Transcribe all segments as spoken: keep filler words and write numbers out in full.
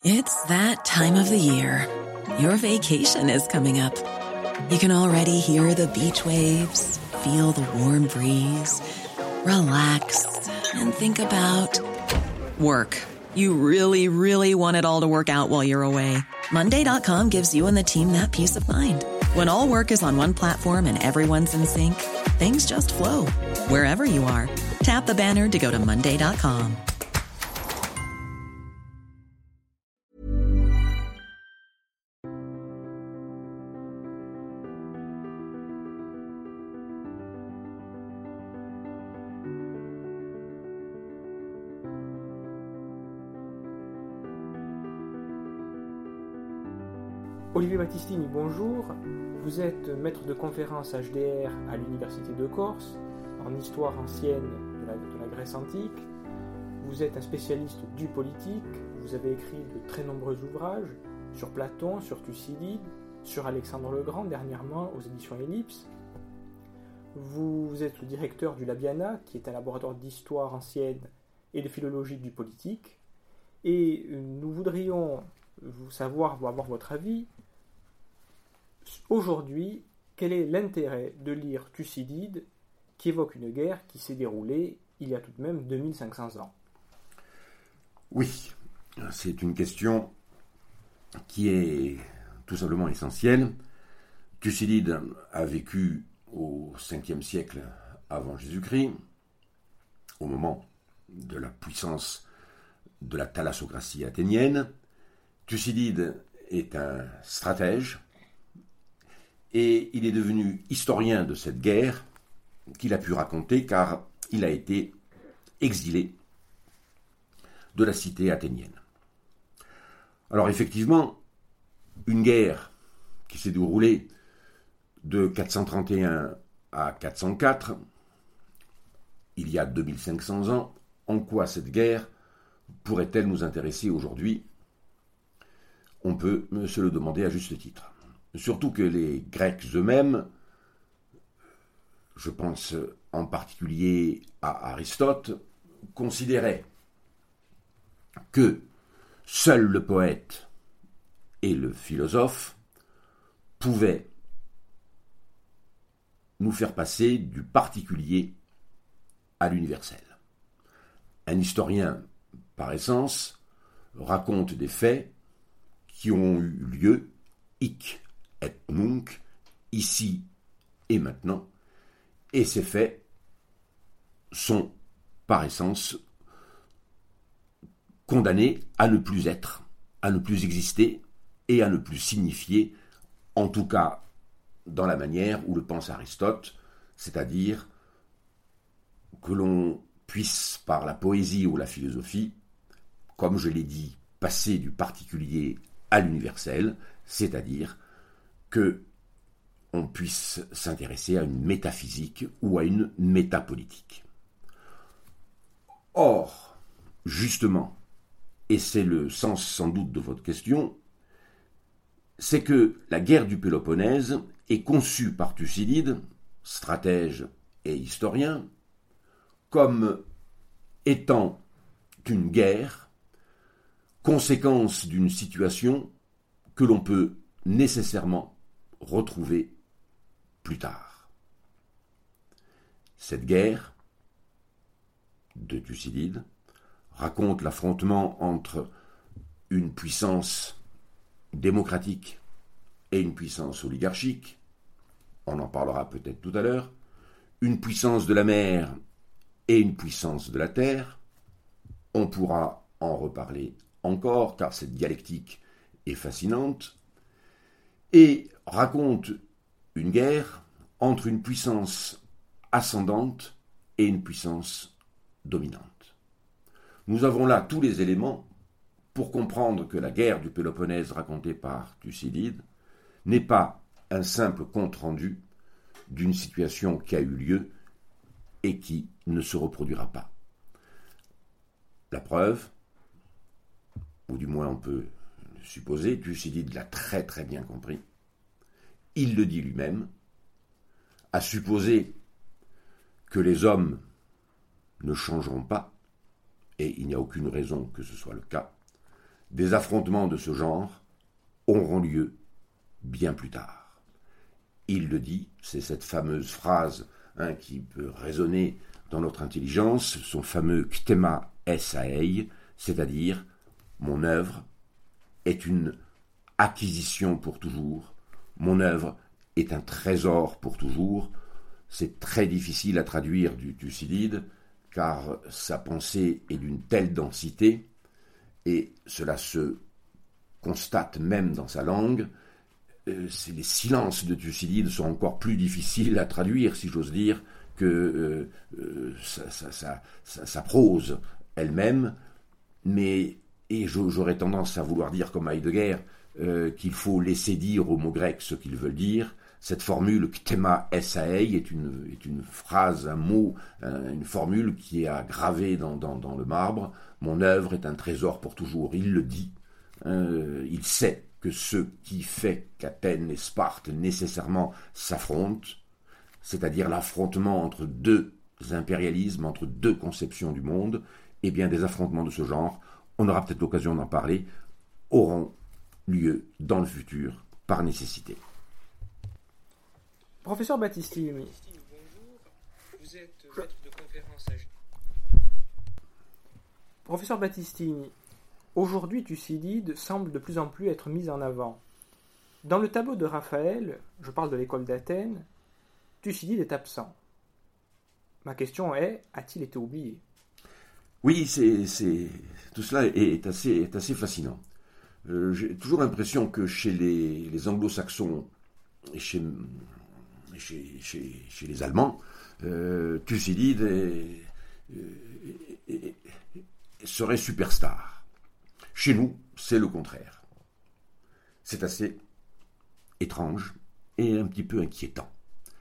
It's that time of the year. Your vacation is coming up. You can already hear the beach waves, feel the warm breeze, relax, and think about work. You really, really want it all to work out while you're away. Monday dot com gives you and the team that peace of mind. When all work is on one platform and everyone's in sync, things just flow. Wherever you are, tap the banner to go to Monday dot com. Olivier Battistini, bonjour. Vous êtes maître de conférences H D R à l'Université de Corse, en histoire ancienne de la, de la Grèce antique. Vous êtes un spécialiste du politique. Vous avez écrit de très nombreux ouvrages sur Platon, sur Thucydide, sur Alexandre le Grand, dernièrement aux éditions Ellipse. Vous êtes le directeur du Labiana, qui est un laboratoire d'histoire ancienne et de philologie du politique. Et nous voudrions vous savoir, vous avoir votre avis. Aujourd'hui, quel est l'intérêt de lire Thucydide, qui évoque une guerre qui s'est déroulée il y a tout de même deux mille cinq cents ans? Oui, c'est une question qui est tout simplement essentielle. Thucydide a vécu au cinquième siècle avant Jésus-Christ, au moment de la puissance de la thalassocratie athénienne. Thucydide est un stratège et il est devenu historien de cette guerre qu'il a pu raconter car il a été exilé de la cité athénienne. Alors effectivement, une guerre qui s'est déroulée de quatre cent trente et un à quatre cent quatre, il y a deux mille cinq cents ans, en quoi cette guerre pourrait-elle nous intéresser aujourd'hui ? On peut se le demander à juste titre. Surtout que les Grecs eux-mêmes, je pense en particulier à Aristote, considéraient que seul le poète et le philosophe pouvaient nous faire passer du particulier à l'universel. Un historien, par essence, raconte des faits qui ont eu lieu, hic et nunc, ici et maintenant, et ces faits sont, par essence, condamnés à ne plus être, à ne plus exister et à ne plus signifier, en tout cas dans la manière où le pense Aristote, c'est-à-dire que l'on puisse, par la poésie ou la philosophie, comme je l'ai dit, passer du particulier à l'universel, c'est-à-dire que on puisse s'intéresser à une métaphysique ou à une métapolitique. Or, justement, et c'est le sens sans doute de votre question, c'est que la guerre du Péloponnèse est conçue par Thucydide, stratège et historien, comme étant une guerre, conséquence d'une situation que l'on peut nécessairement retrouver plus tard. Cette guerre de Thucydide raconte l'affrontement entre une puissance démocratique et une puissance oligarchique, on en parlera peut-être tout à l'heure, une puissance de la mer et une puissance de la terre, on pourra en reparler encore, car cette dialectique est fascinante, et raconte une guerre entre une puissance ascendante et une puissance dominante. Nous avons là tous les éléments pour comprendre que la guerre du Péloponnèse racontée par Thucydide n'est pas un simple compte-rendu d'une situation qui a eu lieu et qui ne se reproduira pas. La preuve, ou du moins on peut le supposer, Thucydide l'a très très bien compris, il le dit lui-même, à supposer que les hommes ne changeront pas, et il n'y a aucune raison que ce soit le cas, Des affrontements de ce genre auront lieu bien plus tard. Il le dit, c'est cette fameuse phrase hein, qui peut résonner dans notre intelligence, son fameux ktema esaei, c'est-à-dire mon œuvre est une acquisition pour toujours, mon œuvre est un trésor pour toujours. C'est très difficile à traduire du Thucydide, car sa pensée est d'une telle densité, et cela se constate même dans sa langue. Euh, c'est les silences de Thucydide sont encore plus difficiles à traduire, si j'ose dire, que euh, euh, sa, sa, sa, sa, sa prose elle-même, mais et j'aurais tendance à vouloir dire comme Heidegger euh, qu'il faut laisser dire aux mots grecs ce qu'ils veulent dire. Cette formule ktema esaei est une, est une phrase, un mot, euh, une formule qui est gravée dans, dans, dans le marbre. Mon œuvre est un trésor pour toujours. Il le dit. Euh, il sait que ce qui fait qu'Athènes et Sparte nécessairement s'affrontent, c'est-à-dire l'affrontement entre deux impérialismes, entre deux conceptions du monde, eh bien des affrontements de ce genre, on aura peut-être l'occasion d'en parler, auront lieu dans le futur par nécessité. Professeur Battistini, bonjour. Vous êtes maître de conférence à... Professeur Battistini, aujourd'hui Thucydide semble de plus en plus être mis en avant. Dans le tableau de Raphaël, je parle de l'école d'Athènes, Thucydide est absent. Ma question est, a-t-il été oublié ? Oui, c'est, c'est, tout cela est assez, est assez fascinant. Euh, j'ai toujours l'impression que chez les, les anglo-saxons et chez, chez, chez, chez les Allemands, euh, Thucydide est, est, est, serait superstar. Chez nous, c'est le contraire. C'est assez étrange et un petit peu inquiétant.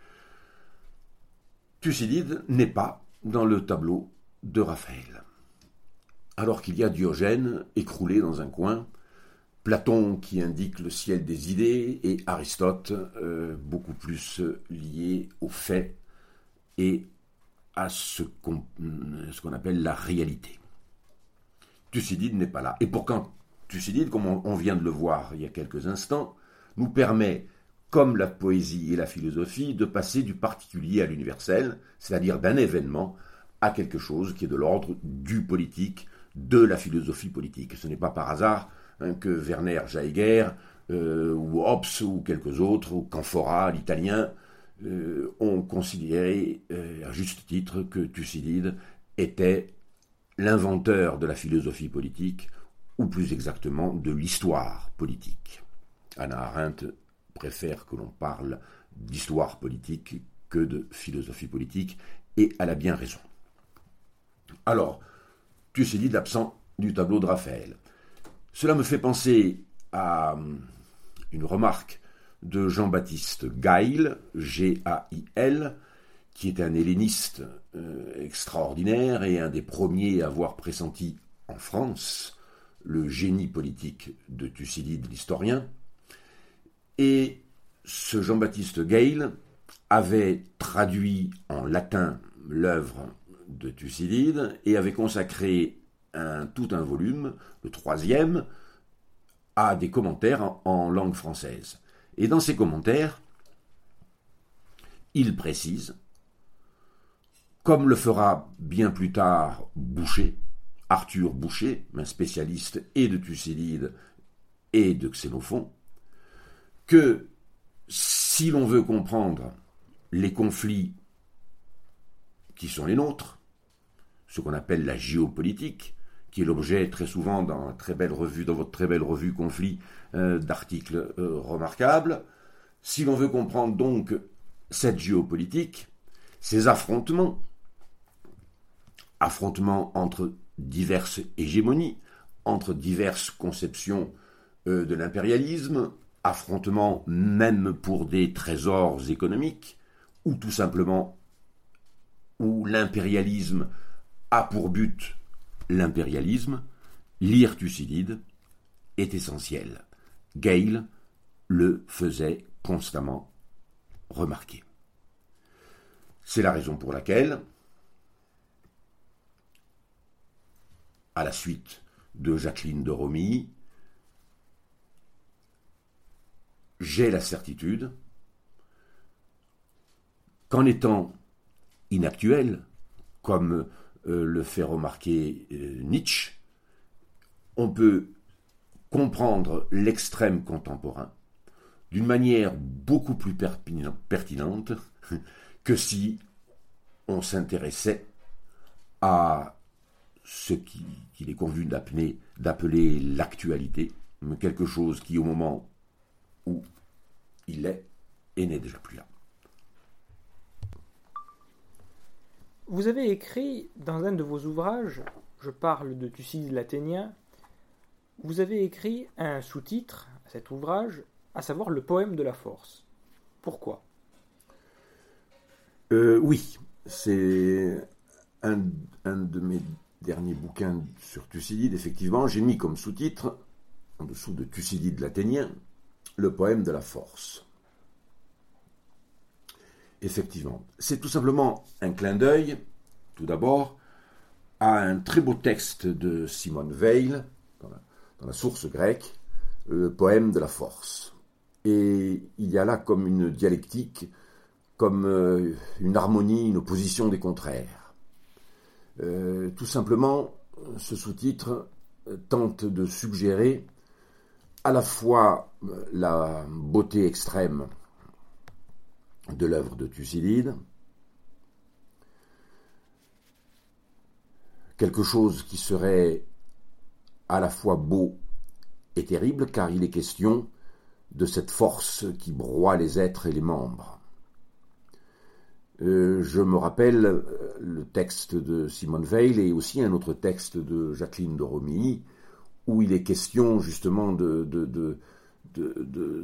Thucydide n'est pas dans le tableau de Raphaël. Alors qu'il y a Diogène écroulé dans un coin, Platon qui indique le ciel des idées et Aristote euh, beaucoup plus lié aux faits et à ce qu'on, ce qu'on appelle la réalité. Thucydide n'est pas là. Et pourtant, Thucydide, comme on, on vient de le voir il y a quelques instants, nous permet, comme la poésie et la philosophie, de passer du particulier à l'universel, c'est-à-dire d'un événement à quelque chose qui est de l'ordre du politique, de la philosophie politique. Ce n'est pas par hasard hein, que Werner Jaeger, euh, ou Hobbes, ou quelques autres, ou Canfora, l'italien, euh, ont considéré, euh, à juste titre, que Thucydide était l'inventeur de la philosophie politique, ou plus exactement de l'histoire politique. Hannah Arendt préfère que l'on parle d'histoire politique que de philosophie politique, et elle a bien raison. Alors, Thucydide absent du tableau de Raphaël. Cela me fait penser à une remarque de Jean-Baptiste Gail, G A I L, qui était un helléniste euh, extraordinaire et un des premiers à avoir pressenti en France le génie politique de Thucydide, l'historien. Et ce Jean-Baptiste Gail avait traduit en latin l'œuvre de Thucydide et avait consacré un, tout un volume, le troisième, à des commentaires en, en langue française. Et dans ces commentaires, il précise, comme le fera bien plus tard Boucher, Arthur Boucher, un spécialiste et de Thucydide et de Xénophon, que si l'on veut comprendre les conflits qui sont les nôtres, ce qu'on appelle la géopolitique, qui est l'objet très souvent dans, une très belle revue, dans votre très belle revue Conflit euh, d'articles euh, remarquables, si l'on veut comprendre donc cette géopolitique, ces affrontements, affrontements entre diverses hégémonies, entre diverses conceptions euh, de l'impérialisme, affrontements même pour des trésors économiques, ou tout simplement où l'impérialisme a pour but l'impérialisme, lire Thucydide est essentiel. Gail le faisait constamment remarquer. C'est la raison pour laquelle, à la suite de Jacqueline de Romilly, j'ai la certitude qu'en étant inactuel, comme euh, le fait remarquer euh, Nietzsche, on peut comprendre l'extrême contemporain d'une manière beaucoup plus pertinente que si on s'intéressait à ce qui, qu'il est convenu d'appeler, d'appeler l'actualité, mais quelque chose qui, au moment où il est, et n'est déjà plus là. Vous avez écrit dans un de vos ouvrages, je parle de Thucydide l'Athénien, vous avez écrit un sous-titre à cet ouvrage, à savoir le poème de la force. Pourquoi ? euh, Oui, c'est un, un de mes derniers bouquins sur Thucydide. Effectivement, j'ai mis comme sous-titre, en dessous de Thucydide l'Athénien, le poème de la force. Effectivement, c'est tout simplement un clin d'œil, tout d'abord, à un très beau texte de Simone Weil, dans la, dans la source grecque, le poème de la force. Et il y a là comme une dialectique, comme euh, une harmonie, une opposition des contraires. Euh, tout simplement, ce sous-titre tente de suggérer à la fois la beauté extrême de l'œuvre de Thucydide, quelque chose qui serait à la fois beau et terrible, car il est question de cette force qui broie les êtres et les membres. Euh, je me rappelle le texte de Simone Weil et aussi un autre texte de Jacqueline de Romilly, où il est question justement de, de, de, de, de,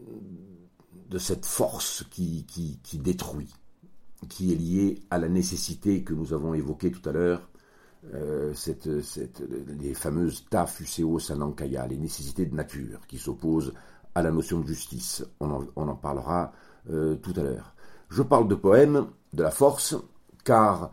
de cette force qui, qui, qui détruit, qui est liée à la nécessité que nous avons évoquée tout à l'heure, euh, cette, cette, les fameuses ta phuseos anankaya, les nécessités de nature qui s'opposent à la notion de justice. On en, on en parlera euh, tout à l'heure. Je parle de poème, de la force, car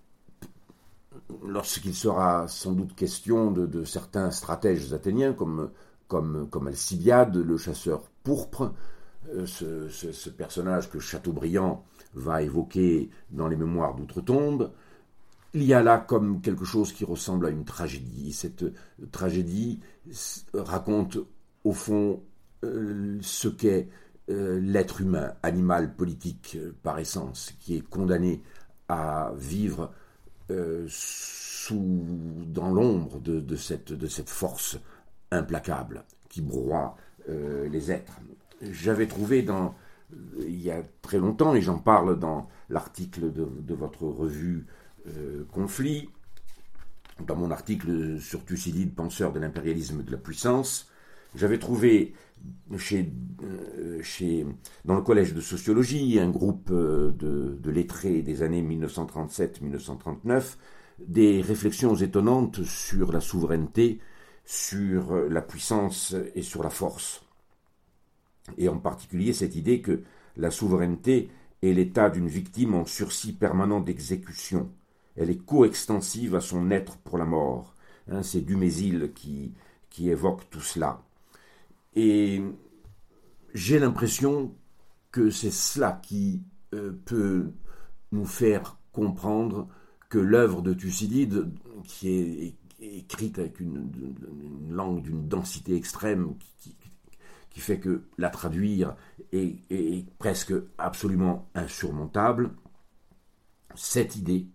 lorsqu'il sera sans doute question de, de certains stratèges athéniens, comme, comme, comme Alcibiade, le chasseur pourpre, euh, ce, ce, ce personnage que Chateaubriand va évoquer dans les Mémoires d'Outre-Tombe, il y a là comme quelque chose qui ressemble à une tragédie. Cette tragédie raconte au fond euh, ce qu'est euh, l'être humain, animal politique euh, par essence, qui est condamné à vivre euh, sous, dans l'ombre de, de, cette, de cette force implacable qui broie euh, les êtres. J'avais trouvé dans, il y a très longtemps, et j'en parle dans l'article de, de votre revue euh, Conflit, dans mon article sur Thucydide, penseur de l'impérialisme de la puissance, j'avais trouvé chez, euh, chez, dans le collège de sociologie, un groupe de, de lettrés des années mille neuf cent trente-sept mille neuf cent trente-neuf, des réflexions étonnantes sur la souveraineté, sur la puissance et sur la force. Et en particulier cette idée que la souveraineté est l'état d'une victime en sursis permanent d'exécution. Elle est coextensive à son être pour la mort. Hein, c'est Dumézil qui, qui évoque tout cela. Et j'ai l'impression que c'est cela qui euh, peut nous faire comprendre que l'œuvre de Thucydide, qui est écrite avec une, une langue d'une densité extrême, qui, qui fait que la traduire est, est presque absolument insurmontable, cette idée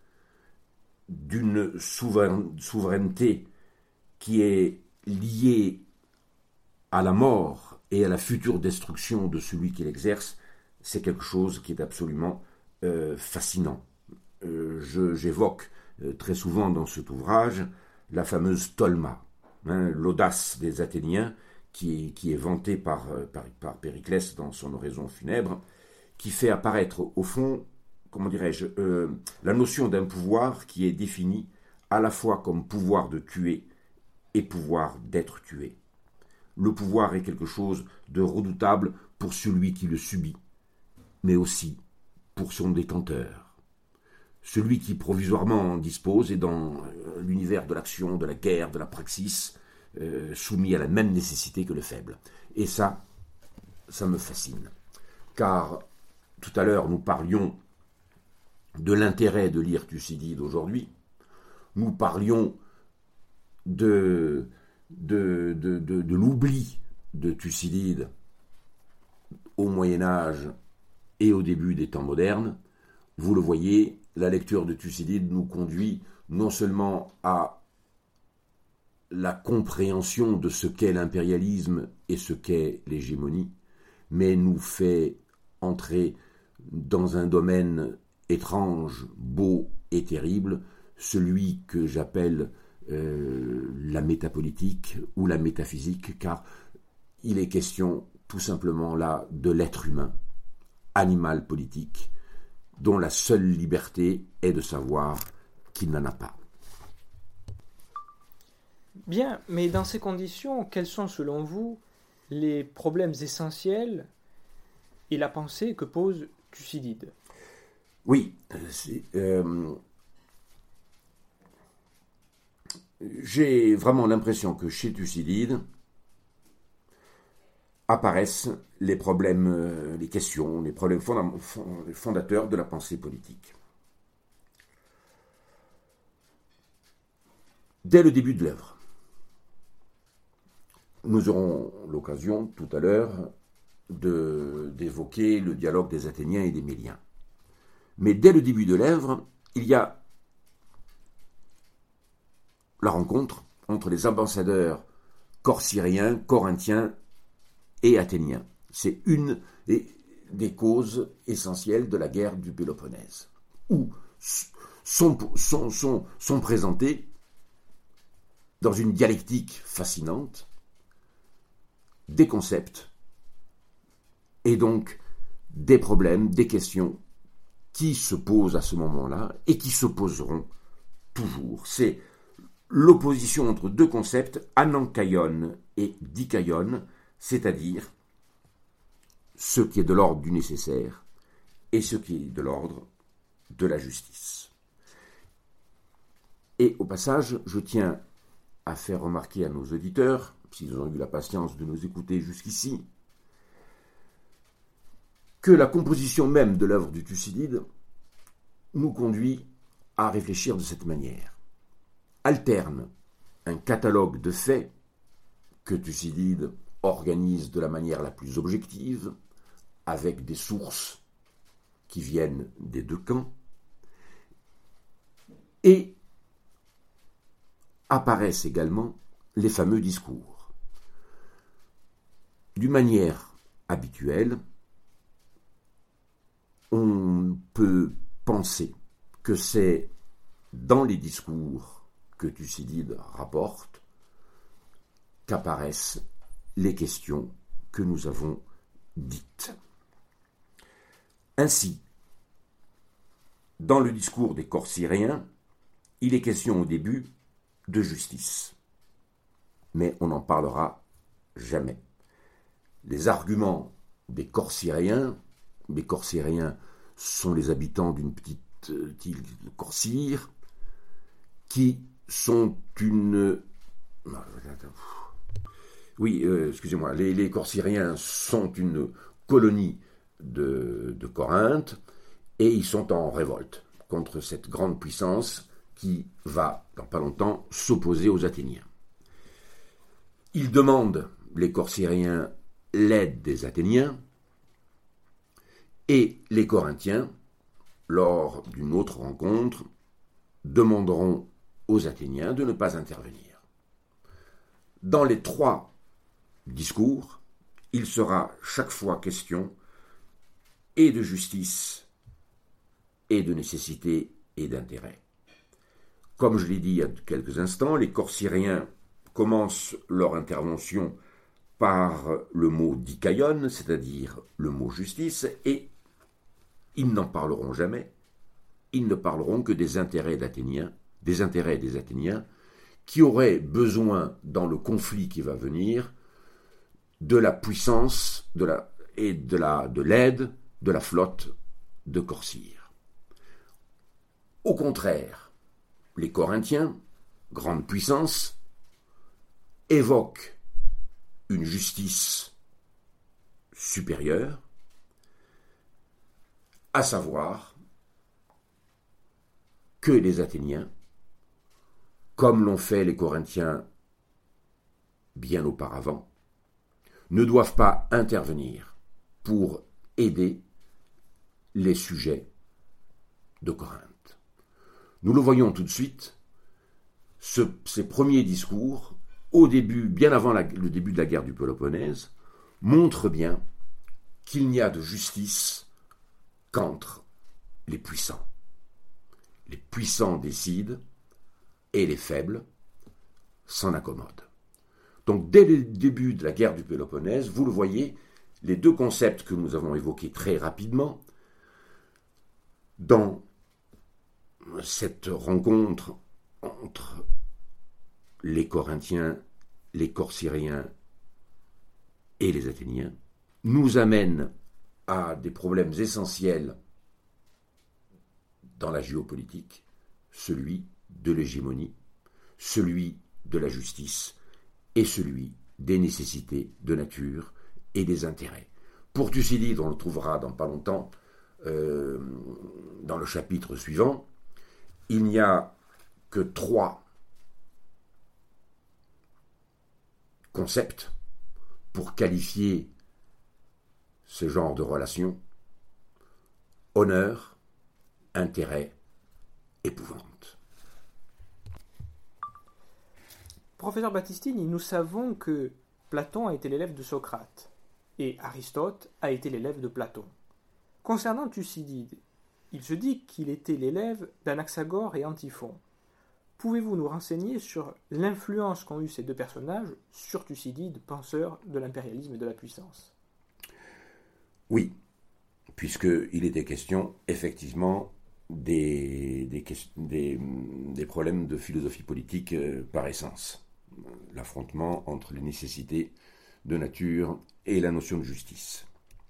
d'une souveraineté qui est liée à la mort et à la future destruction de celui qui l'exerce, c'est quelque chose qui est absolument euh, fascinant. Euh, je, j'évoque euh, très souvent dans cet ouvrage la fameuse tolma, hein, l'audace des Athéniens, qui est, qui est vantée par, par, par Périclès dans son oraison funèbre, qui fait apparaître au fond, comment dirais-je, euh, la notion d'un pouvoir qui est défini à la fois comme pouvoir de tuer et pouvoir d'être tué. Le pouvoir est quelque chose de redoutable pour celui qui le subit, mais aussi pour son détenteur. Celui qui provisoirement en dispose est dans l'univers de l'action, de la guerre, de la praxis, euh, soumis à la même nécessité que le faible. Et ça, ça me fascine. Car tout à l'heure, nous parlions de l'intérêt de lire Thucydide aujourd'hui. Nous parlions de, de, de, de, de l'oubli de Thucydide au Moyen-Âge et au début des temps modernes. Vous le voyez, la lecture de Thucydide nous conduit non seulement à la compréhension de ce qu'est l'impérialisme et ce qu'est l'hégémonie, mais nous fait entrer dans un domaine étrange, beau et terrible, celui que j'appelle euh, la métapolitique ou la métaphysique, car il est question tout simplement là de l'être humain, animal politique, dont la seule liberté est de savoir qu'il n'en a pas. Bien, mais dans ces conditions, quels sont selon vous les problèmes essentiels et la pensée que pose Thucydide ? Oui, c'est, euh, j'ai vraiment l'impression que chez Thucydide apparaissent les problèmes, les questions, les problèmes fondateurs de la pensée politique. Dès le début de l'œuvre, nous aurons l'occasion tout à l'heure de, d'évoquer le dialogue des Athéniens et des Méliens. Mais dès le début de l'œuvre, il y a la rencontre entre les ambassadeurs corcyriens, corinthiens et athéniens. C'est une des causes essentielles de la guerre du Péloponnèse, où sont, sont, sont, sont présentés, dans une dialectique fascinante, des concepts et donc des problèmes, des questions qui se posent à ce moment-là et qui se poseront toujours. C'est l'opposition entre deux concepts, anankaion et dikaion, c'est-à-dire ce qui est de l'ordre du nécessaire et ce qui est de l'ordre de la justice. Et au passage, je tiens à faire remarquer à nos auditeurs, s'ils ont eu la patience de nous écouter jusqu'ici, que la composition même de l'œuvre du Thucydide nous conduit à réfléchir de cette manière. Alterne un catalogue de faits que Thucydide organise de la manière la plus objective, avec des sources qui viennent des deux camps, et apparaissent également les fameux discours. D'une manière habituelle, on peut penser que c'est dans les discours que Thucydide rapporte qu'apparaissent les questions que nous avons dites. Ainsi, dans le discours des Corcyriens, il est question au début de justice. Mais on n'en parlera jamais. Les arguments des Corcyriens, les Corcyriens sont les habitants d'une petite île de Corcyre, qui sont une... Oui, euh, excusez-moi, les, les Corcyriens sont une colonie de, de Corinthe, et ils sont en révolte contre cette grande puissance qui va, dans pas longtemps, s'opposer aux Athéniens. Ils demandent, les Corcyriens, l'aide des Athéniens, et les Corinthiens, lors d'une autre rencontre, demanderont aux Athéniens de ne pas intervenir. Dans les trois discours, il sera chaque fois question et de justice, et de nécessité et d'intérêt. Comme je l'ai dit il y a quelques instants, les Corcyriens commencent leur intervention par le mot dikaion, c'est-à-dire le mot justice, et ils n'en parleront jamais. Ils ne parleront que des intérêts d'Athéniens, des intérêts des Athéniens, qui auraient besoin, dans le conflit qui va venir, de la puissance de la, et de, la, de l'aide de la flotte de Corcyre. Au contraire, les Corinthiens, grande puissance, évoquent une justice supérieur, à savoir que les Athéniens, comme l'ont fait les Corinthiens bien auparavant, ne doivent pas intervenir pour aider les sujets de Corinthe. Nous le voyons tout de suite, ce, ces premiers discours, au début, bien avant la, le début de la guerre du Péloponnèse, montrent bien qu'il n'y a de justice qu'entre les puissants. Les puissants décident et les faibles s'en accommodent. Donc dès le début de la guerre du Péloponnèse, vous le voyez, les deux concepts que nous avons évoqués très rapidement, dans cette rencontre entre les Corinthiens, les Corcyréens et les Athéniens, nous amènent à des problèmes essentiels dans la géopolitique, celui de l'hégémonie, celui de la justice et celui des nécessités de nature et des intérêts. Pour Thucydide, on le trouvera dans pas longtemps, euh, dans le chapitre suivant, il n'y a que trois concepts pour qualifier ce genre de relation: honneur, intérêt, épouvante. Professeur Battistini, nous savons que Platon a été l'élève de Socrate et Aristote a été l'élève de Platon. Concernant Thucydide, il se dit qu'il était l'élève d'Anaxagore et Antiphon. Pouvez-vous nous renseigner sur l'influence qu'ont eu ces deux personnages sur Thucydide, penseur de l'impérialisme et de la puissance? Oui, puisqu'il était question, effectivement, des, des, des, des problèmes de philosophie politique euh, par essence. L'affrontement entre les nécessités de nature et la notion de justice.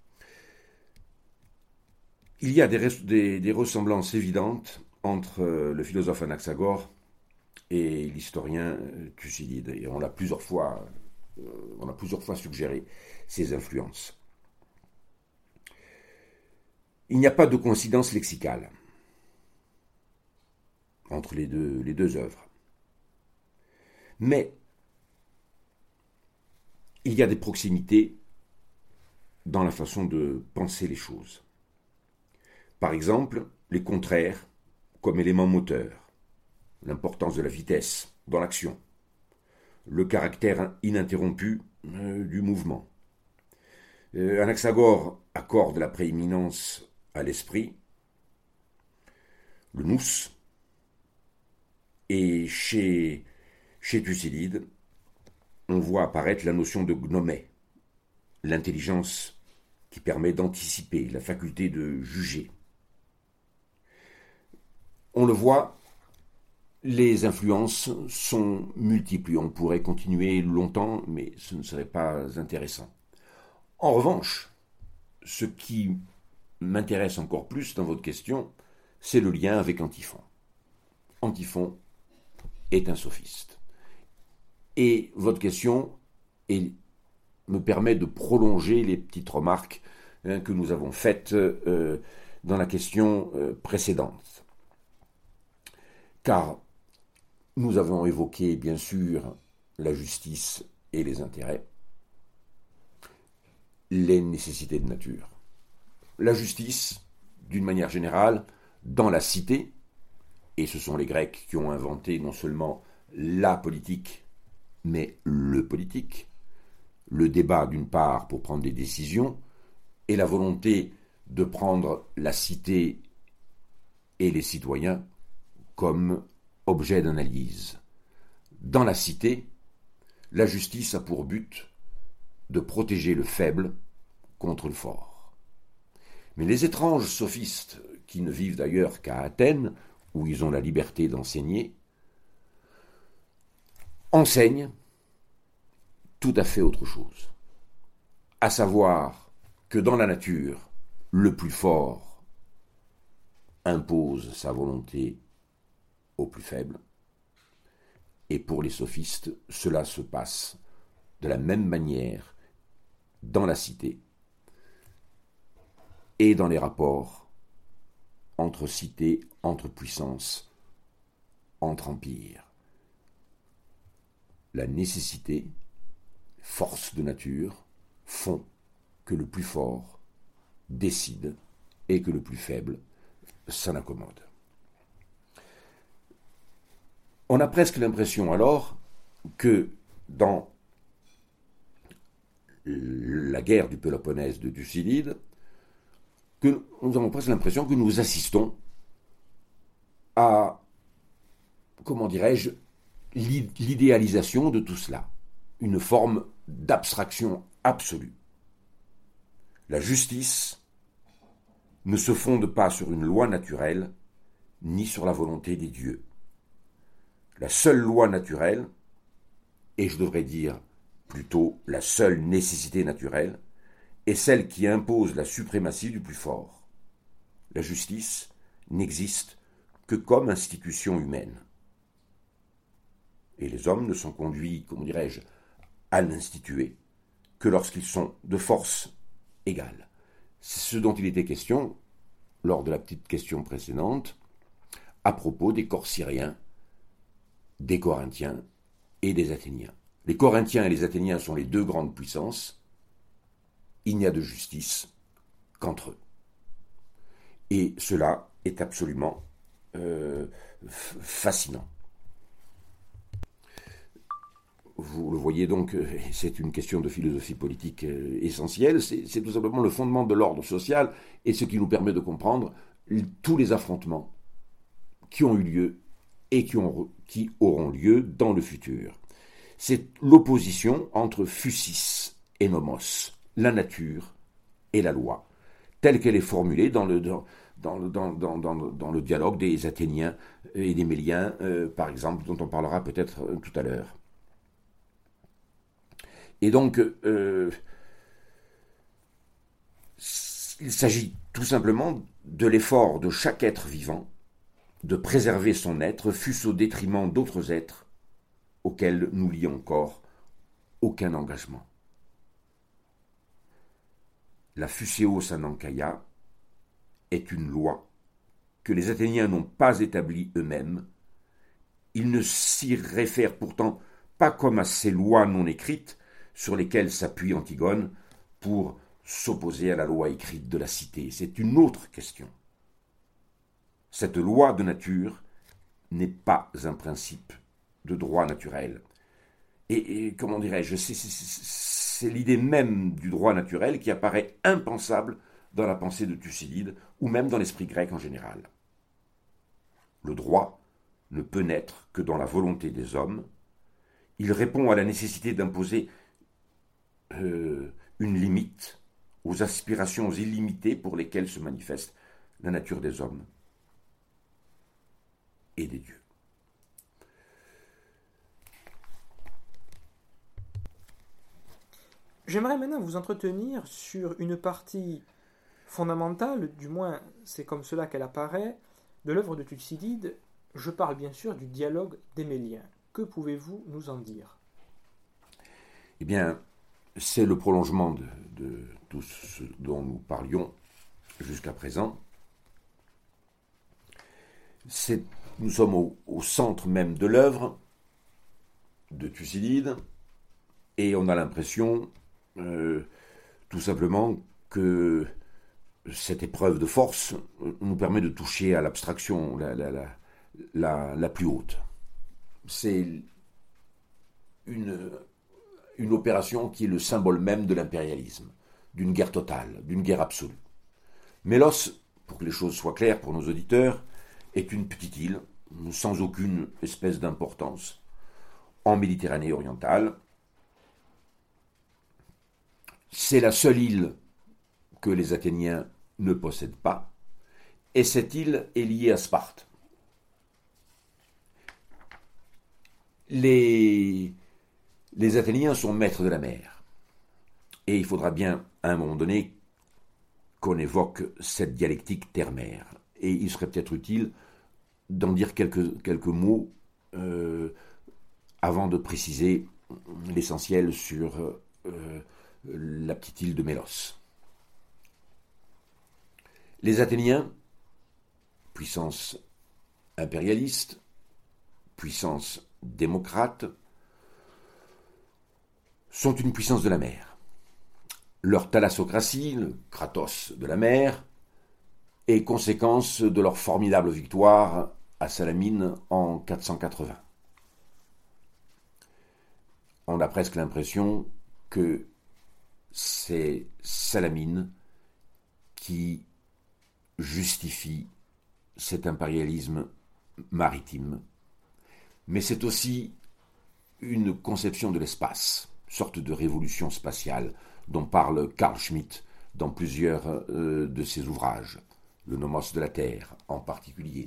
Il y a des, des, des ressemblances évidentes entre euh, le philosophe Anaxagore et l'historien euh, Thucydide, et on l'a plusieurs fois, euh, on a plusieurs fois suggéré ces influences. Il n'y a pas de coïncidence lexicale entre les deux, les deux œuvres. Mais il y a des proximités dans la façon de penser les choses. Par exemple, les contraires comme élément moteur, l'importance de la vitesse dans l'action, le caractère ininterrompu euh, du mouvement. Euh, Anaxagore accorde la prééminence à l'esprit, le nous, et chez, chez Thucydide, on voit apparaître la notion de gnomé, l'intelligence qui permet d'anticiper, la faculté de juger. On le voit, les influences sont multiples. On pourrait continuer longtemps, mais ce ne serait pas intéressant. En revanche, ce qui m'intéresse encore plus dans votre question, c'est le lien avec Antiphon. Antiphon est un sophiste. Et votre question est, me permet de prolonger les petites remarques hein, que nous avons faites euh, dans la question euh, précédente. Car nous avons évoqué, bien sûr, la justice et les intérêts, les nécessités de nature. La justice, d'une manière générale, dans la cité, et ce sont les Grecs qui ont inventé non seulement la politique, mais le politique, le débat d'une part pour prendre des décisions, et la volonté de prendre la cité et les citoyens comme objet d'analyse. Dans la cité, la justice a pour but de protéger le faible contre le fort. Mais les étranges sophistes, qui ne vivent d'ailleurs qu'à Athènes, où ils ont la liberté d'enseigner, enseignent tout à fait autre chose, à savoir que dans la nature, le plus fort impose sa volonté au plus faible, et pour les sophistes, cela se passe de la même manière dans la cité et dans les rapports entre cités, entre puissances, entre empires. La nécessité, force de nature, font que le plus fort décide et que le plus faible s'en accommode. On a presque l'impression alors que dans la guerre du Péloponnèse de Thucydide, que nous avons presque l'impression que nous assistons à, comment dirais-je, l'idéalisation de tout cela, une forme d'abstraction absolue. La justice ne se fonde pas sur une loi naturelle, ni sur la volonté des dieux. La seule loi naturelle, et je devrais dire plutôt la seule nécessité naturelle, est celle qui impose la suprématie du plus fort. La justice n'existe que comme institution humaine. Et les hommes ne sont conduits, comment dirais-je, à l'instituer que lorsqu'ils sont de force égale. C'est ce dont il était question lors de la petite question précédente, à propos des corps syriens, des Corinthiens et des Athéniens. Les Corinthiens et les Athéniens sont les deux grandes puissances. Il n'y a de justice qu'entre eux. Et cela est absolument euh, fascinant. Vous le voyez donc, c'est une question de philosophie politique essentielle, c'est, c'est tout simplement le fondement de l'ordre social et ce qui nous permet de comprendre tous les affrontements qui ont eu lieu et qui, ont, qui auront lieu dans le futur. C'est l'opposition entre physis et nomos, la nature et la loi, telle qu'elle est formulée dans le, dans, dans, dans, dans, dans, dans le dialogue des Athéniens et des Méliens, euh, par exemple, dont on parlera peut-être euh, tout à l'heure. Et donc, euh, il s'agit tout simplement de l'effort de chaque être vivant de préserver son être, fût-ce au détriment d'autres êtres auxquels nous lions encore aucun engagement. La Phuséos Anankaïa est une loi que les Athéniens n'ont pas établie eux-mêmes. Ils ne s'y réfèrent pourtant pas comme à ces lois non écrites sur lesquelles s'appuie Antigone pour s'opposer à la loi écrite de la cité. C'est une autre question. Cette loi de nature n'est pas un principe de droit naturel. Et, et comment dirais-je, c'est, c'est, c'est l'idée même du droit naturel qui apparaît impensable dans la pensée de Thucydide ou même dans l'esprit grec en général. Le droit ne peut naître que dans la volonté des hommes. Il répond à la nécessité d'imposer euh, une limite aux aspirations illimitées pour lesquelles se manifeste la nature des hommes et des dieux. J'aimerais maintenant vous entretenir sur une partie fondamentale, du moins c'est comme cela qu'elle apparaît, de l'œuvre de Thucydide. Je parle bien sûr du dialogue des Méliens. Que pouvez-vous nous en dire ? Eh bien, c'est le prolongement de, de tout ce dont nous parlions jusqu'à présent. C'est, nous sommes au, au centre même de l'œuvre de Thucydide et on a l'impression euh, tout simplement que cette épreuve de force nous permet de toucher à l'abstraction la, la, la, la, la plus haute. C'est une, une opération qui est le symbole même de l'impérialisme, d'une guerre totale, d'une guerre absolue. Mélos, pour que les choses soient claires pour nos auditeurs, est une petite île, sans aucune espèce d'importance, en Méditerranée orientale. C'est la seule île que les Athéniens ne possèdent pas, et cette île est liée à Sparte. Les, les Athéniens sont maîtres de la mer, et il faudra bien, à un moment donné, qu'on évoque cette dialectique terre-mer. Et il serait peut-être utile d'en dire quelques, quelques mots euh, avant de préciser l'essentiel sur euh, la petite île de Mélos. Les Athéniens, puissance impérialiste, puissance démocrate, sont une puissance de la mer. Leur thalassocratie, le Kratos de la mer, est conséquence de leur formidable victoire à Salamine en quatre cent quatre-vingts. On a presque l'impression que c'est Salamine qui justifie cet impérialisme maritime. Mais c'est aussi une conception de l'espace, sorte de révolution spatiale dont parle Carl Schmitt dans plusieurs euh, de ses ouvrages, le nomos de la Terre en particulier.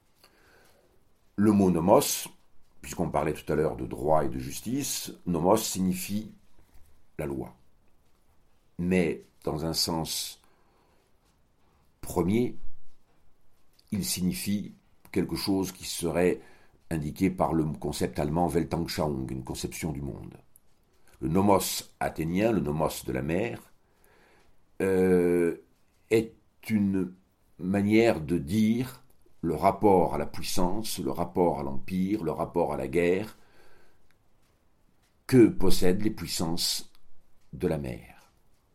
Le mot nomos, puisqu'on parlait tout à l'heure de droit et de justice, nomos signifie la loi. Mais dans un sens premier, il signifie quelque chose qui serait indiqué par le concept allemand Weltanschauung, une conception du monde. Le nomos athénien, le nomos de la mer, euh, est une manière de dire le rapport à la puissance, le rapport à l'empire, le rapport à la guerre que possèdent les puissances de la mer.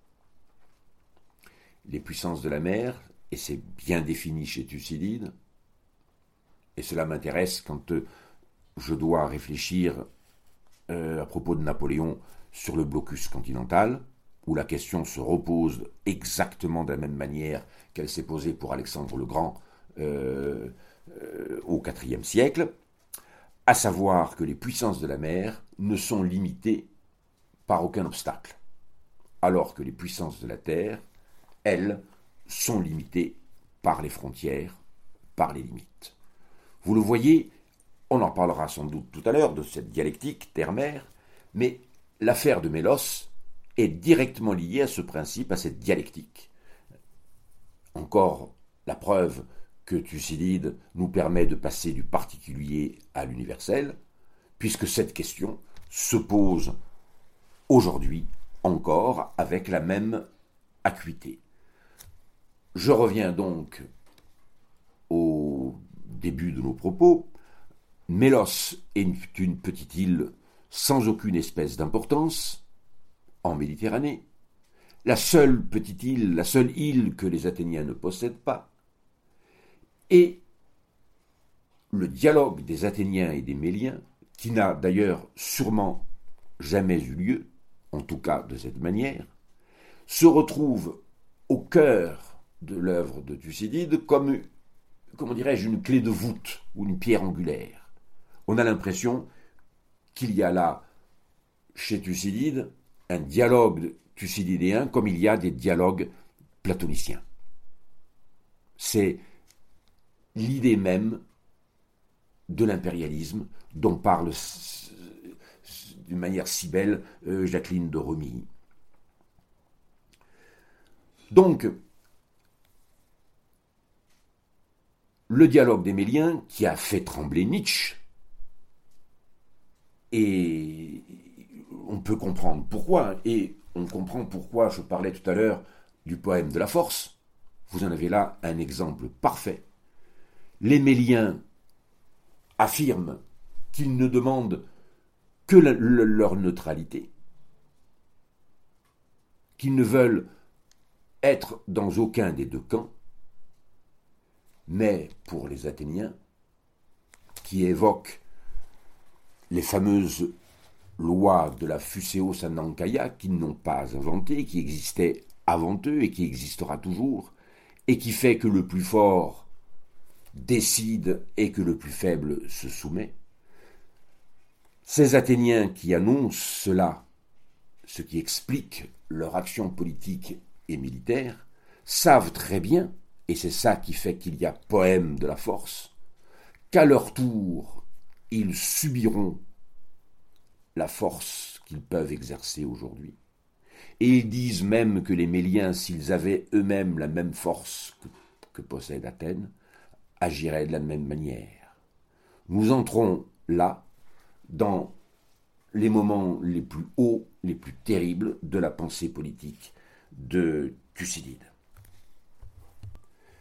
Les puissances de la mer, et c'est bien défini chez Thucydide, et cela m'intéresse quand euh, je dois réfléchir euh, à propos de Napoléon sur le blocus continental, où la question se repose exactement de la même manière qu'elle s'est posée pour Alexandre le Grand euh, euh, au quatrième siècle, à savoir que les puissances de la mer ne sont limitées par aucun obstacle, alors que les puissances de la terre, elles, sont limitées par les frontières, par les limites. Vous le voyez, on en parlera sans doute tout à l'heure de cette dialectique terre-mer, mais l'affaire de Mélos est directement liée à ce principe, à cette dialectique. Encore la preuve que Thucydide nous permet de passer du particulier à l'universel, puisque cette question se pose aujourd'hui encore avec la même acuité. Je reviens donc au début de nos propos. Mélos est une, une petite île sans aucune espèce d'importance en Méditerranée, la seule petite île, la seule île que les Athéniens ne possèdent pas, et le dialogue des Athéniens et des Méliens, qui n'a d'ailleurs sûrement jamais eu lieu, en tout cas de cette manière, se retrouve au cœur de l'œuvre de Thucydide comme, comment dirais-je, une clé de voûte ou une pierre angulaire. On a l'impression qu'il y a là, chez Thucydide, un dialogue thucydidéen comme il y a des dialogues platoniciens. C'est l'idée même de l'impérialisme dont parle d'une manière si belle Jacqueline de Romilly. Donc, le dialogue des Méliens qui a fait trembler Nietzsche, et on peut comprendre pourquoi, et on comprend pourquoi je parlais tout à l'heure du poème de la force. Vous en avez là un exemple parfait. Les Méliens affirment qu'ils ne demandent que la, le, leur neutralité, qu'ils ne veulent être dans aucun des deux camps, mais pour les Athéniens, qui évoquent les fameuses lois de la Phuséos Anankaïa qu'ils n'ont pas inventées, qui existaient avant eux et qui existera toujours, et qui fait que le plus fort décide et que le plus faible se soumet. Ces Athéniens qui annoncent cela, ce qui explique leur action politique et militaire, savent très bien, et c'est ça qui fait qu'il y a poème de la force, qu'à leur tour, ils subiront la force qu'ils peuvent exercer aujourd'hui. Et ils disent même que les Méliens, s'ils avaient eux-mêmes la même force que, que possède Athènes, agiraient de la même manière. Nous entrons là dans les moments les plus hauts, les plus terribles de la pensée politique de Thucydide.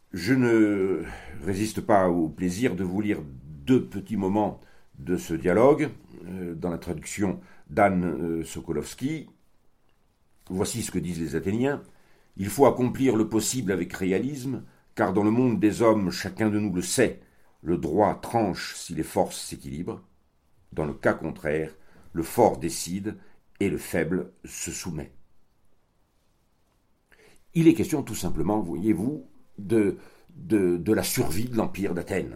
Je ne résiste pas au plaisir de vous lire deux petits moments de ce dialogue, euh, dans la traduction d'Anne euh, Sokolovsky. Voici ce que disent les Athéniens. « Il faut accomplir le possible avec réalisme, car dans le monde des hommes, chacun de nous le sait, le droit tranche si les forces s'équilibrent. Dans le cas contraire, le fort décide et le faible se soumet. » Il est question tout simplement, voyez-vous, de, de, de la survie de l'Empire d'Athènes.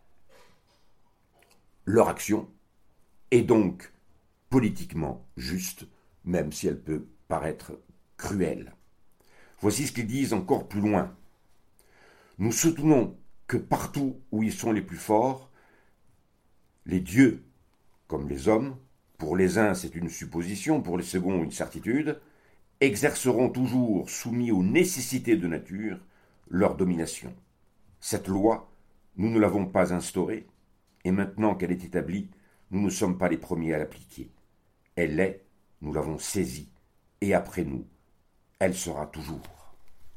Leur action est donc politiquement juste, même si elle peut paraître cruelle. Voici ce qu'ils disent encore plus loin. Nous soutenons que partout où ils sont les plus forts, les dieux, comme les hommes, pour les uns c'est une supposition, pour les seconds une certitude, exerceront toujours, soumis aux nécessités de nature, leur domination. Cette loi, nous ne l'avons pas instaurée, et maintenant qu'elle est établie, nous ne sommes pas les premiers à l'appliquer. Elle l'est, nous l'avons saisie, et après nous, elle sera toujours.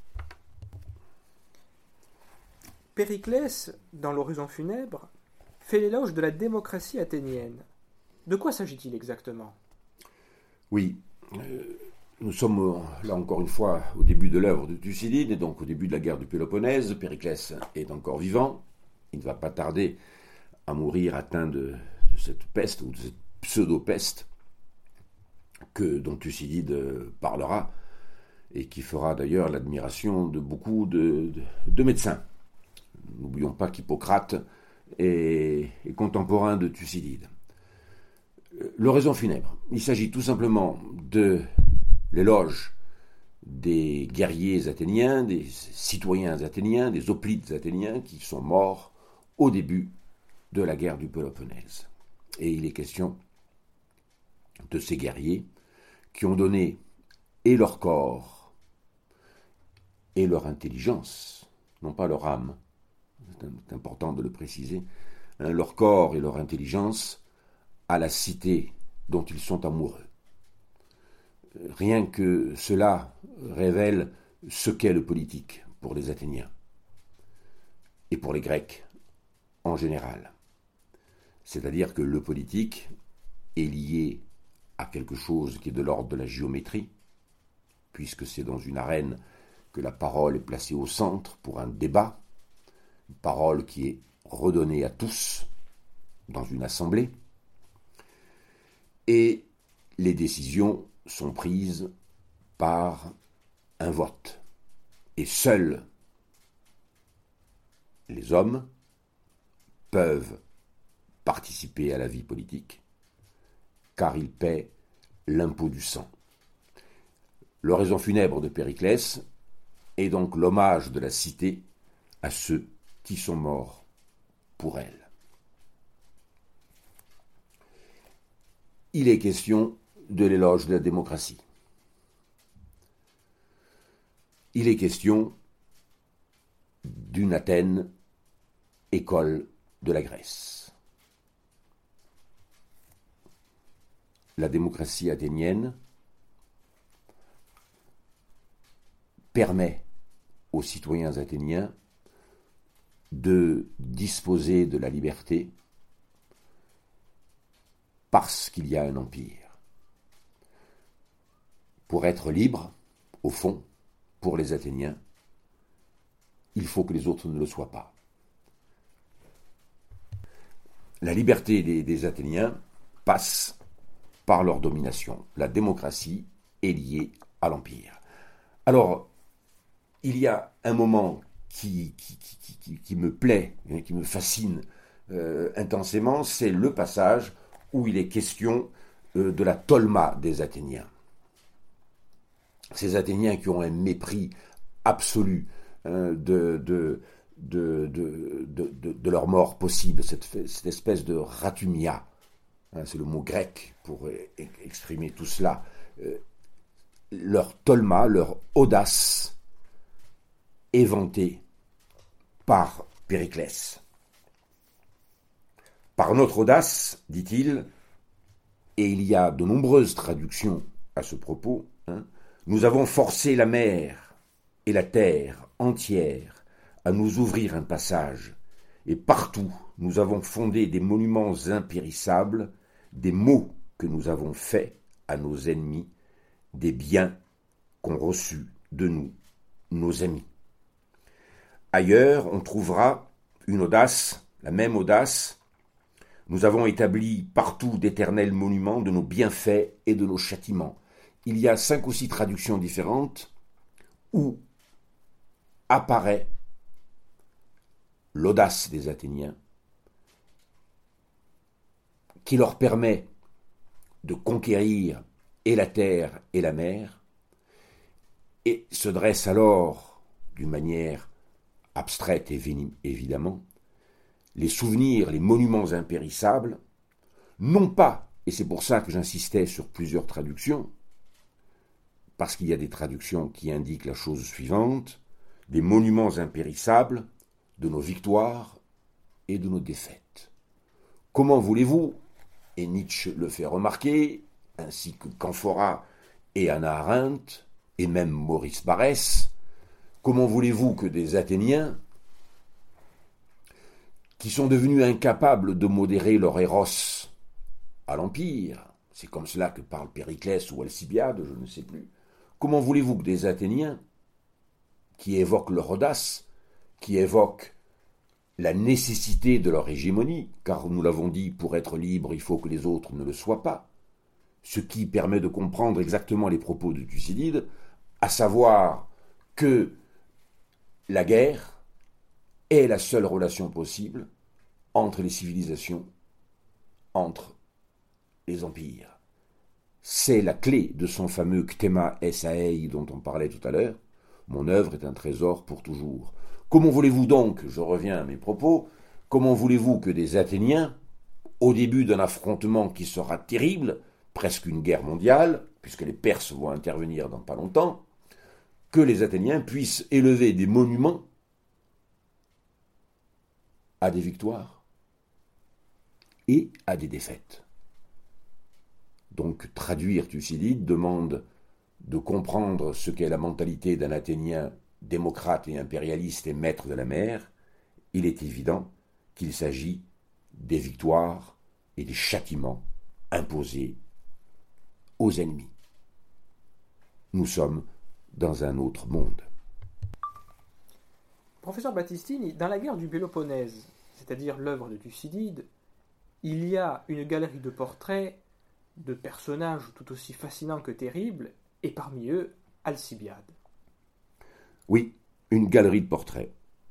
Périclès, dans l'Horizon funèbre, fait l'éloge de la démocratie athénienne. De quoi s'agit-il exactement ? Oui, euh, nous sommes là encore une fois au début de l'œuvre de Thucydide, et donc au début de la guerre du Péloponnèse. Périclès est encore vivant, il ne va pas tarder à mourir atteint de, de cette peste, ou de cette pseudo-peste, que, dont Thucydide parlera, et qui fera d'ailleurs l'admiration de beaucoup de, de, de médecins. N'oublions pas qu'Hippocrate est, est contemporain de Thucydide. L'oraison funèbre, il s'agit tout simplement de l'éloge des guerriers athéniens, des citoyens athéniens, des hoplites athéniens qui sont morts au début de la guerre du Péloponnèse. Et il est question de ces guerriers qui ont donné et leur corps et leur intelligence, non pas leur âme, c'est important de le préciser, hein, leur corps et leur intelligence à la cité dont ils sont amoureux. Rien que cela révèle ce qu'est le politique pour les Athéniens et pour les Grecs en général. C'est-à-dire que le politique est lié à quelque chose qui est de l'ordre de la géométrie, puisque c'est dans une arène que la parole est placée au centre pour un débat, une parole qui est redonnée à tous dans une assemblée, et les décisions sont prises par un vote. Et seuls les hommes peuvent participer à la vie politique, car ils paient l'impôt du sang. L'oraison funèbre de Périclès est donc l'hommage de la cité à ceux qui sont morts pour elle. Il est question de l'éloge de la démocratie. Il est question d'une Athènes, école de la Grèce. La démocratie athénienne permet aux citoyens athéniens de disposer de la liberté parce qu'il y a un empire. Pour être libre, au fond, pour les Athéniens, il faut que les autres ne le soient pas. La liberté des, des Athéniens passe par leur domination. La démocratie est liée à l'empire. Alors, il y a un moment qui, qui, qui, qui, qui me plaît, qui me fascine euh, intensément, c'est le passage où il est question euh, de la tolma des Athéniens. Ces Athéniens qui ont un mépris absolu hein, de, de, de, de, de, de, de leur mort possible, cette, cette espèce de ratumia, hein, c'est le mot grec pour exprimer tout cela, euh, leur tolma, leur audace est vantée par Périclès. Par notre audace, dit-il, et il y a de nombreuses traductions à ce propos, hein, nous avons forcé la mer et la terre entière à nous ouvrir un passage, et partout nous avons fondé des monuments impérissables, des maux que nous avons faits à nos ennemis, des biens qu'ont reçus de nous nos amis. Ailleurs, on trouvera une audace, la même audace. Nous avons établi partout d'éternels monuments de nos bienfaits et de nos châtiments. Il y a cinq ou six traductions différentes où apparaît l'audace des Athéniens qui leur permet de conquérir et la terre et la mer, et se dresse alors, d'une manière abstraite et évidemment, les souvenirs, les monuments impérissables, non pas, et c'est pour ça que j'insistais sur plusieurs traductions, parce qu'il y a des traductions qui indiquent la chose suivante, des monuments impérissables de nos victoires et de nos défaites. Comment voulez-vous, et Nietzsche le fait remarquer, ainsi que Canfora et Hannah Arendt, et même Maurice Barrès, comment voulez-vous que des Athéniens, qui sont devenus incapables de modérer leur éros à l'Empire, c'est comme cela que parle Périclès ou Alcibiade, je ne sais plus, comment voulez-vous que des Athéniens, qui évoquent leur audace, qui évoquent la nécessité de leur hégémonie, car nous l'avons dit, pour être libre, il faut que les autres ne le soient pas, ce qui permet de comprendre exactement les propos de Thucydide, à savoir que la guerre est la seule relation possible entre les civilisations, entre les empires. C'est la clé de son fameux Kthéma Essaei dont on parlait tout à l'heure. Mon œuvre est un trésor pour toujours. Comment voulez-vous donc, je reviens à mes propos, comment voulez-vous que des Athéniens, au début d'un affrontement qui sera terrible, presque une guerre mondiale, puisque les Perses vont intervenir dans pas longtemps, que les Athéniens puissent élever des monuments à des victoires et à des défaites. Donc traduire Thucydide demande de comprendre ce qu'est la mentalité d'un Athénien démocrate et impérialiste et maître de la mer. Il est évident qu'il s'agit des victoires et des châtiments imposés aux ennemis. Nous sommes dans un autre monde. Professeur Battistini, dans la guerre du Péloponnèse, c'est-à-dire l'œuvre de Thucydide, il y a une galerie de portraits de personnages tout aussi fascinants que terribles, et parmi eux, Alcibiade. Oui, une galerie de portraits.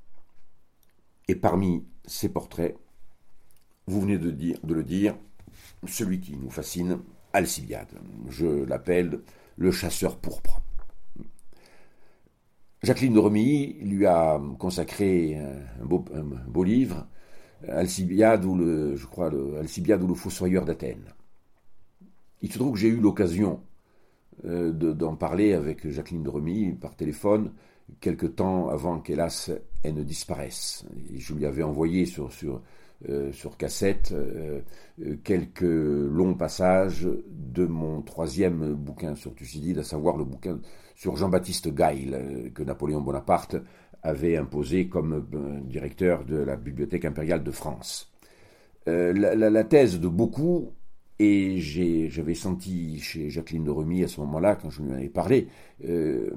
Et parmi ces portraits, vous venez de, dire, de le dire, celui qui nous fascine, Alcibiade. Je l'appelle le chasseur pourpre. Jacqueline de Romilly lui a consacré un beau, un beau livre, Alcibiade ou le, je crois, le, Alcibiade ou le fossoyeur d'Athènes. Il se trouve que j'ai eu l'occasion euh, de, d'en parler avec Jacqueline de Romilly par téléphone quelque temps avant qu'hélas elle ne disparaisse. Et je lui avais envoyé sur, sur, euh, sur cassette euh, quelques longs passages de mon troisième bouquin sur Thucydide, à savoir le bouquin sur Jean-Baptiste Gail, euh, que Napoléon Bonaparte avait imposé comme euh, directeur de la Bibliothèque impériale de France. Euh, la, la, la thèse de beaucoup, et j'ai, j'avais senti chez Jacqueline de Romilly à ce moment-là, quand je lui en avais parlé, euh,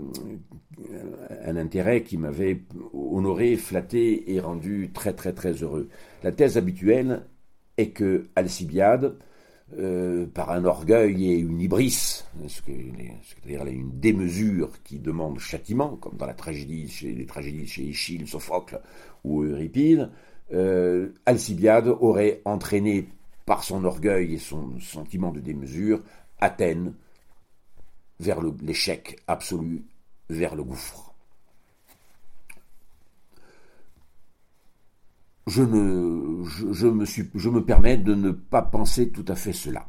un intérêt qui m'avait honoré, flatté et rendu très très très heureux. La thèse habituelle est que Alcibiade, euh, par un orgueil et une hybris, c'est-à-dire une démesure qui demande châtiment, comme dans la tragédie, chez, les tragédies chez Échille, Sophocle ou Euripide, euh, Alcibiade aurait entraîné par son orgueil et son sentiment de démesure, Athènes vers le, l'échec absolu, vers le gouffre. Je, ne, je, je, me suis, je me permets de ne pas penser tout à fait cela.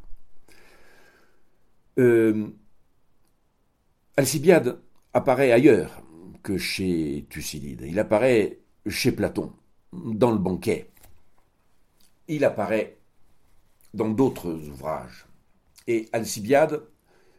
Euh, Alcibiade apparaît ailleurs que chez Thucydide. Il apparaît chez Platon, dans le banquet. Il apparaît dans d'autres ouvrages. Et Alcibiade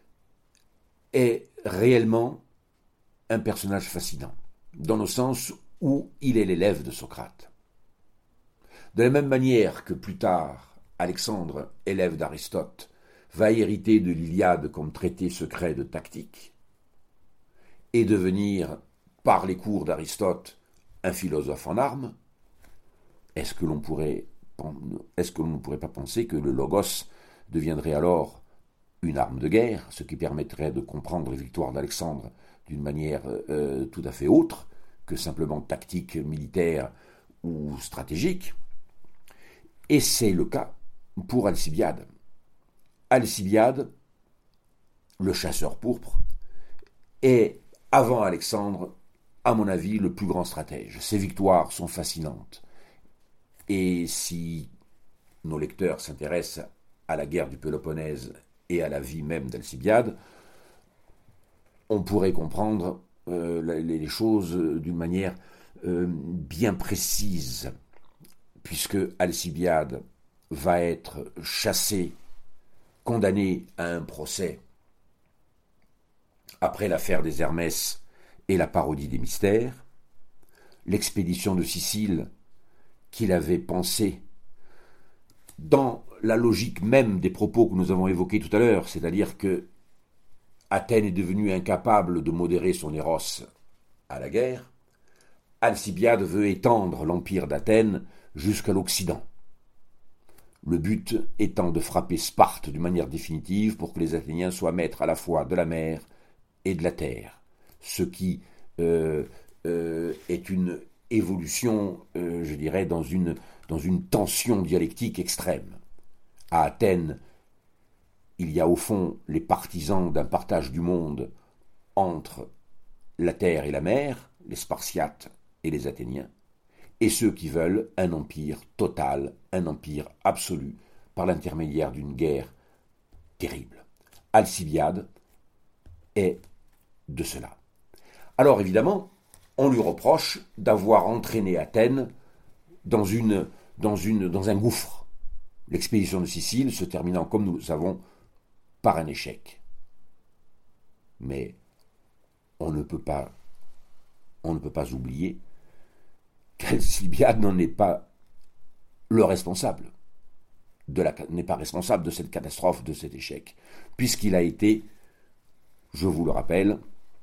est réellement un personnage fascinant, dans le sens où il est l'élève de Socrate. De la même manière que plus tard, Alexandre, élève d'Aristote, va hériter de l'Iliade comme traité secret de tactique et devenir, par les cours d'Aristote, un philosophe en armes, est-ce que l'on pourrait, est-ce que l'on ne pourrait pas penser que le logos deviendrait alors une arme de guerre, ce qui permettrait de comprendre les victoires d'Alexandre d'une manière euh, tout à fait autre que simplement tactique, militaire ou stratégique. Et c'est le cas pour Alcibiade. Alcibiade, le chasseur pourpre, est, avant Alexandre, à mon avis, le plus grand stratège. Ses victoires sont fascinantes. Et si nos lecteurs s'intéressent à la guerre du Péloponnèse et à la vie même d'Alcibiade, on pourrait comprendre euh, les choses d'une manière euh, bien précise, puisque Alcibiade va être chassé, condamné à un procès après l'affaire des Hermès et la parodie des mystères, l'expédition de Sicile qu'il avait pensée dans la logique même des propos que nous avons évoqués tout à l'heure, c'est-à-dire que Athènes est devenue incapable de modérer son éros à la guerre, Alcibiade veut étendre l'empire d'Athènes jusqu'à l'Occident. Le but étant de frapper Sparte d'une manière définitive pour que les Athéniens soient maîtres à la fois de la mer et de la terre, ce qui euh, euh, est une évolution, euh, je dirais, dans une, dans une tension dialectique extrême. À Athènes, il y a au fond les partisans d'un partage du monde entre la terre et la mer, les Spartiates et les Athéniens, et ceux qui veulent un empire total, un empire absolu, par l'intermédiaire d'une guerre terrible. Alcibiade est de cela. Alors évidemment, on lui reproche d'avoir entraîné Athènes dans, une, dans, une, dans un gouffre. L'expédition de Sicile se terminant, comme nous le savons, par un échec. Mais on ne peut pas, on ne peut pas oublier qu'Alcibiade n'en est pas le responsable, de la, n'est pas responsable de cette catastrophe, de cet échec, puisqu'il a été, je vous le rappelle,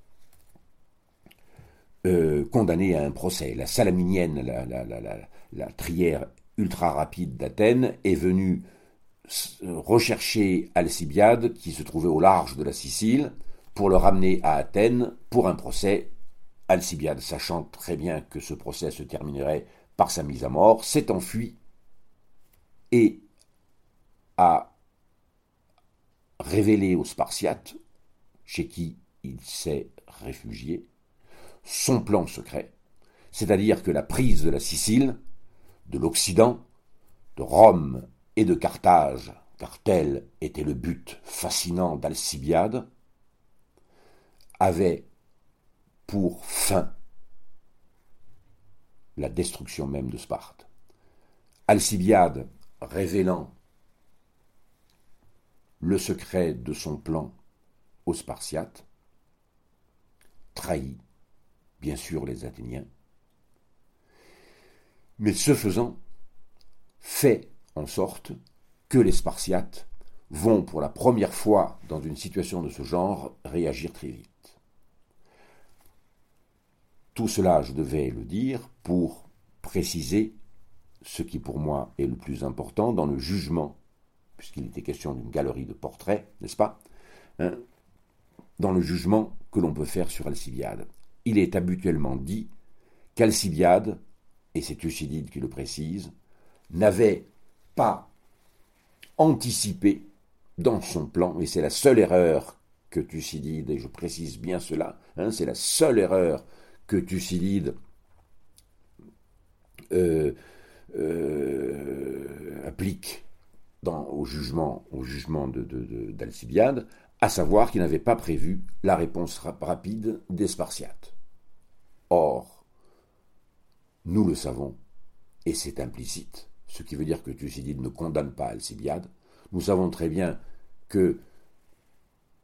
euh, condamné à un procès. La Salaminienne, la, la, la, la, la trière ultra rapide d'Athènes, est venue rechercher Alcibiade, qui se trouvait au large de la Sicile, pour le ramener à Athènes pour un procès. Alcibiade, sachant très bien que ce procès se terminerait par sa mise à mort, s'est enfui et a révélé aux Spartiates, chez qui il s'est réfugié, son plan secret, c'est-à-dire que la prise de la Sicile, de l'Occident, de Rome et de Carthage, car tel était le but fascinant d'Alcibiade, avait pour fin la destruction même de Sparte. Alcibiade, révélant le secret de son plan aux Spartiates, trahit bien sûr les Athéniens, mais ce faisant, fait en sorte que les Spartiates vont pour la première fois dans une situation de ce genre réagir très vite. Tout cela, je devais le dire pour préciser ce qui pour moi est le plus important dans le jugement, puisqu'il était question d'une galerie de portraits, n'est-ce pas, hein, dans le jugement que l'on peut faire sur Alcibiade. Il est habituellement dit qu'Alcibiade, et c'est Thucydide qui le précise, n'avait pas anticipé dans son plan, et c'est la seule erreur que Thucydide, et je précise bien cela, hein, c'est la seule erreur que Thucydide euh, euh, applique dans, au jugement, au jugement de, de, de, d'Alcibiade, à savoir qu'il n'avait pas prévu la réponse rapide des Spartiates. Or, nous le savons, et c'est implicite, ce qui veut dire que Thucydide ne condamne pas Alcibiade. Nous savons très bien que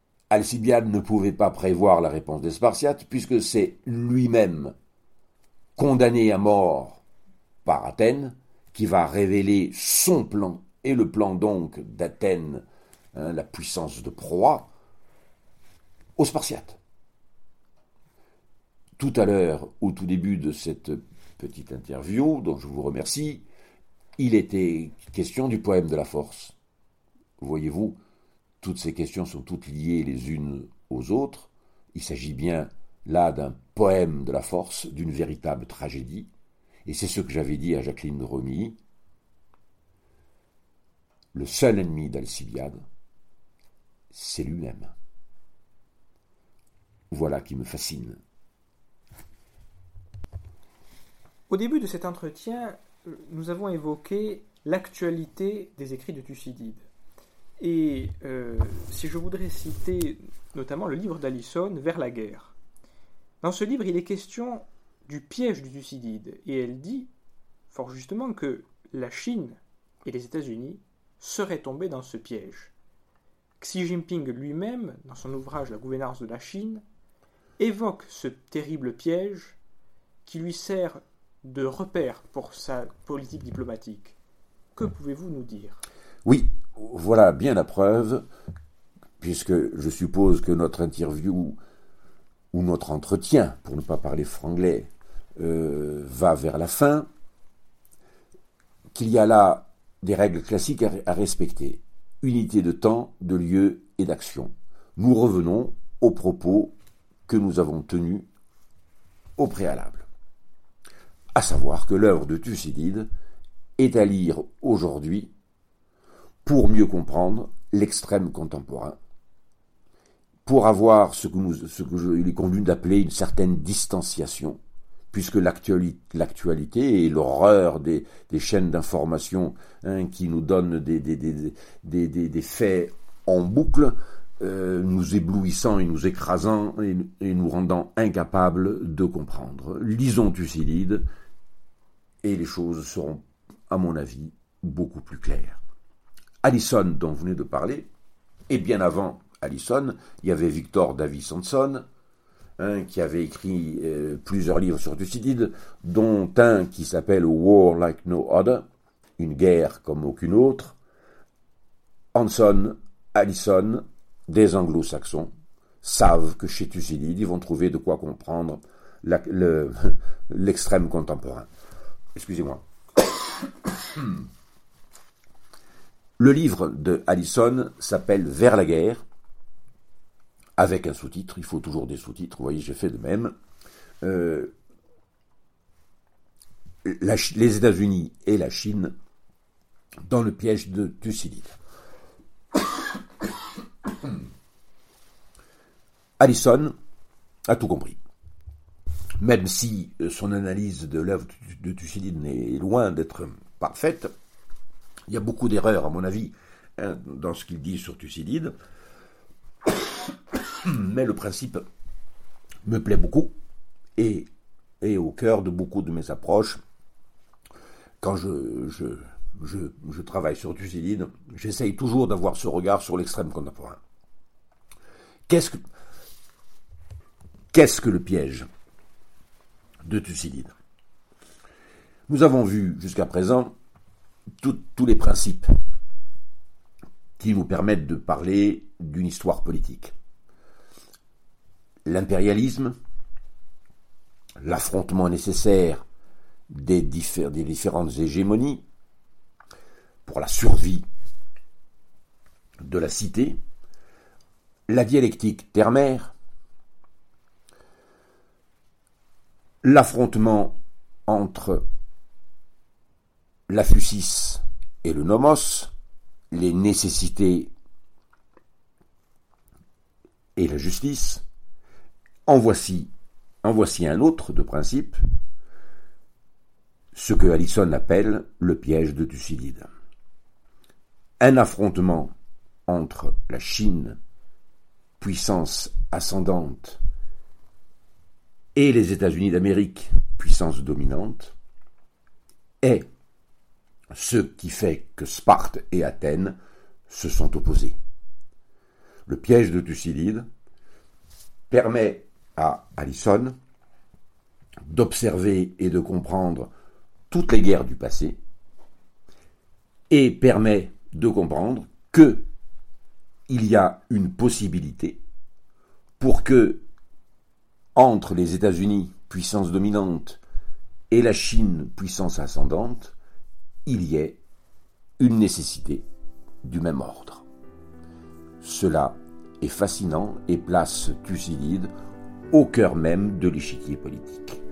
Alcibiade ne pouvait pas prévoir la réponse des Spartiates, puisque c'est lui-même, condamné à mort par Athènes, qui va révéler son plan, et le plan donc d'Athènes, hein, la puissance de proie, aux Spartiates. Tout à l'heure, au tout début de cette petite interview, dont je vous remercie, il était question du poème de la force. Voyez-vous, toutes ces questions sont toutes liées les unes aux autres. Il s'agit bien là d'un poème de la force, d'une véritable tragédie. Et c'est ce que j'avais dit à Jacqueline de Romilly. Le seul ennemi d'Alcibiade, c'est lui-même. Voilà qui me fascine. Au début de cet entretien, nous avons évoqué l'actualité des écrits de Thucydide. Et euh, si je voudrais citer notamment le livre d'Alison, Vers la guerre. Dans ce livre, il est question du piège de Thucydide. Et elle dit, fort justement, que la Chine et les États-Unis seraient tombés dans ce piège. Xi Jinping lui-même, dans son ouvrage La gouvernance de la Chine, évoque ce terrible piège qui lui sert de repère pour sa politique diplomatique. Que pouvez-vous nous dire ? Oui, voilà bien la preuve, puisque je suppose que notre interview ou notre entretien, pour ne pas parler franglais, euh, va vers la fin, qu'il y a là des règles classiques à, à respecter. Unité de temps, de lieu et d'action. Nous revenons aux propos que nous avons tenus au préalable. À savoir que l'œuvre de Thucydide est à lire aujourd'hui pour mieux comprendre l'extrême contemporain, pour avoir ce que, nous, ce que je, il est convenu d'appeler une certaine distanciation, puisque l'actualité, l'actualité et l'horreur des, des chaînes d'information hein, qui nous donnent des, des, des, des, des, des faits en boucle, euh, nous éblouissant et nous écrasant et, et nous rendant incapables de comprendre. Lisons Thucydide et les choses seront, à mon avis, beaucoup plus claires. Alison, dont vous venez de parler, et bien avant Alison, il y avait Victor Davy-Sampson, hein, qui avait écrit euh, plusieurs livres sur Thucydide, dont un qui s'appelle War Like No Other, une guerre comme aucune autre. Hanson, Alison, des anglo-saxons, savent que chez Thucydide, ils vont trouver de quoi comprendre la, le, l'extrême contemporain. Excusez-moi. Le livre de Alison s'appelle Vers la guerre, avec un sous-titre, il faut toujours des sous-titres, vous voyez, j'ai fait de même. Euh, la, les États-Unis et la Chine dans le piège de Thucydide. Alison a tout compris. Même si son analyse de l'œuvre de Thucydide est loin d'être parfaite, il y a beaucoup d'erreurs, à mon avis, hein, dans ce qu'il dit sur Thucydide. Mais le principe me plaît beaucoup et est au cœur de beaucoup de mes approches. Quand je, je, je, je travaille sur Thucydide, j'essaye toujours d'avoir ce regard sur l'extrême contemporain. Qu'est-ce que, qu'est-ce que le piège de Thucydide ? Nous avons vu jusqu'à présent tout, tous les principes qui nous permettent de parler d'une histoire politique. L'impérialisme, l'affrontement nécessaire des, diffé- des différentes hégémonies pour la survie de la cité, la dialectique terre-mer, l'affrontement entre la physis et le nomos, les nécessités et la justice. En voici, en voici un autre de principe, ce que Alison appelle le piège de Thucydide. Un affrontement entre la Chine, puissance ascendante, et les États-Unis d'Amérique, puissance dominante, est ce qui fait que Sparte et Athènes se sont opposés. Le piège de Thucydide permet à Alison d'observer et de comprendre toutes les guerres du passé et permet de comprendre que il y a une possibilité pour que, entre les États-Unis, puissance dominante, et la Chine, puissance ascendante, il y ait une nécessité du même ordre. Cela est fascinant et place Thucydide au cœur même de l'échiquier politique.